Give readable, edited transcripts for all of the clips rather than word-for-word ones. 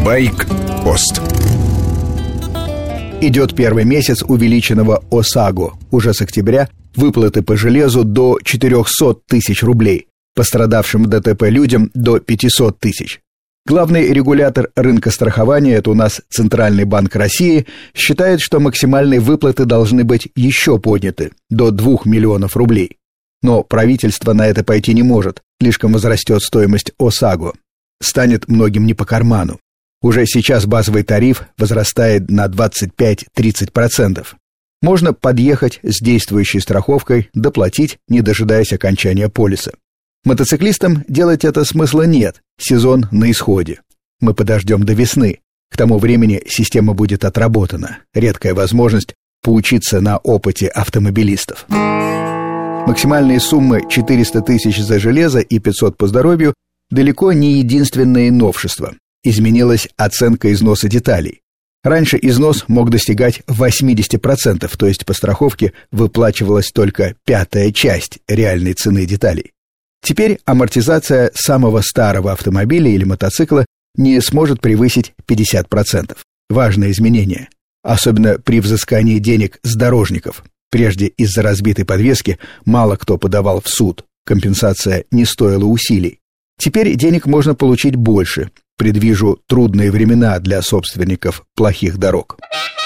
Байк-пост. Идет первый месяц увеличенного ОСАГО. Уже с октября выплаты по железу до 400 тысяч рублей, пострадавшим ДТП людям до 500 тысяч. Главный регулятор рынка страхования, это у нас Центральный банк России, считает, что максимальные выплаты должны быть еще подняты до 2 миллионов рублей. Но правительство на это пойти не может, слишком возрастет стоимость ОСАГО. Станет многим не по карману. Уже сейчас базовый тариф возрастает на 25-30%. Можно подъехать с действующей страховкой, доплатить, не дожидаясь окончания полиса. Мотоциклистам делать это смысла нет, сезон на исходе. Мы подождем до весны. К тому времени система будет отработана. Редкая возможность поучиться на опыте автомобилистов. Максимальные суммы 400 тысяч за железо и 500 по здоровью далеко не единственные новшества. Изменилась оценка износа деталей. Раньше износ мог достигать 80%, то есть по страховке выплачивалась только 1/5 часть реальной цены деталей. Теперь амортизация самого старого автомобиля или мотоцикла не сможет превысить 50%. Важное изменение, особенно при взыскании денег с дорожников. Прежде из-за разбитой подвески мало кто подавал в суд, компенсация не стоила усилий. Теперь денег можно получить больше. Предвижу трудные времена для собственников плохих дорог.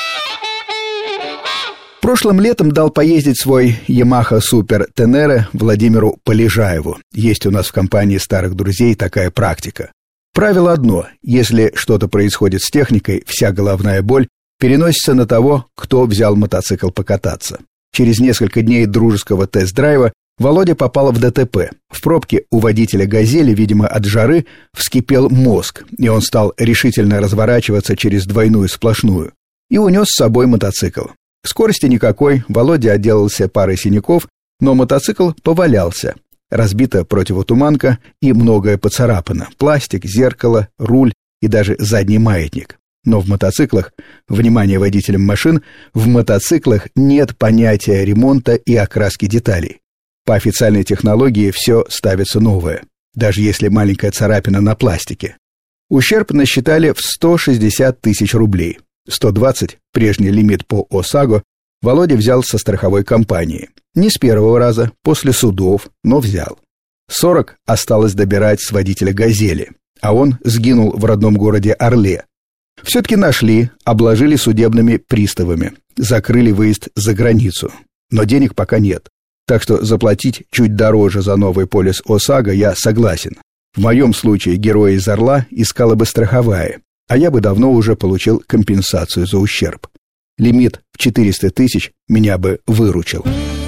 Прошлым летом дал поездить свой Yamaha Super Tenere Владимиру Полежаеву. Есть у нас в компании старых друзей такая практика. Правило одно: если что-то происходит с техникой, вся головная боль переносится на того, кто взял мотоцикл покататься. Через несколько дней дружеского тест-драйва Володя попал в ДТП. В пробке у водителя «Газели», видимо, от жары, вскипел мозг, и он стал решительно разворачиваться через двойную сплошную. И унес с собой мотоцикл. Скорости никакой, Володя отделался парой синяков, но мотоцикл повалялся. Разбита противотуманка и многое поцарапано. Пластик, зеркало, руль и даже задний маятник. Но в мотоциклах, внимание водителям машин, в мотоциклах нет понятия ремонта и окраски деталей. По официальной технологии все ставится новое, даже если маленькая царапина на пластике. Ущерб насчитали в 160 тысяч рублей. 120, прежний лимит по ОСАГО, Володя взял со страховой компании. Не с первого раза, после судов, но взял. 40 осталось добирать с водителя «Газели», а он сгинул в родном городе Орле. Все-таки нашли, обложили судебными приставами, закрыли выезд за границу. Но денег пока нет. Так что заплатить чуть дороже за новый полис ОСАГО я согласен. В моем случае героя из Орла искала бы страховая, а я бы давно уже получил компенсацию за ущерб. Лимит в 400 тысяч меня бы выручил.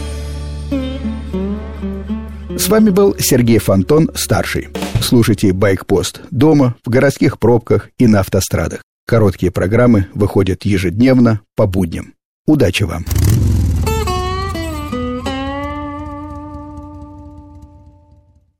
С вами был Сергей Фонтон, старший. Слушайте «Байк-пост» дома, в городских пробках и на автострадах. Короткие программы выходят ежедневно по будням. Удачи вам!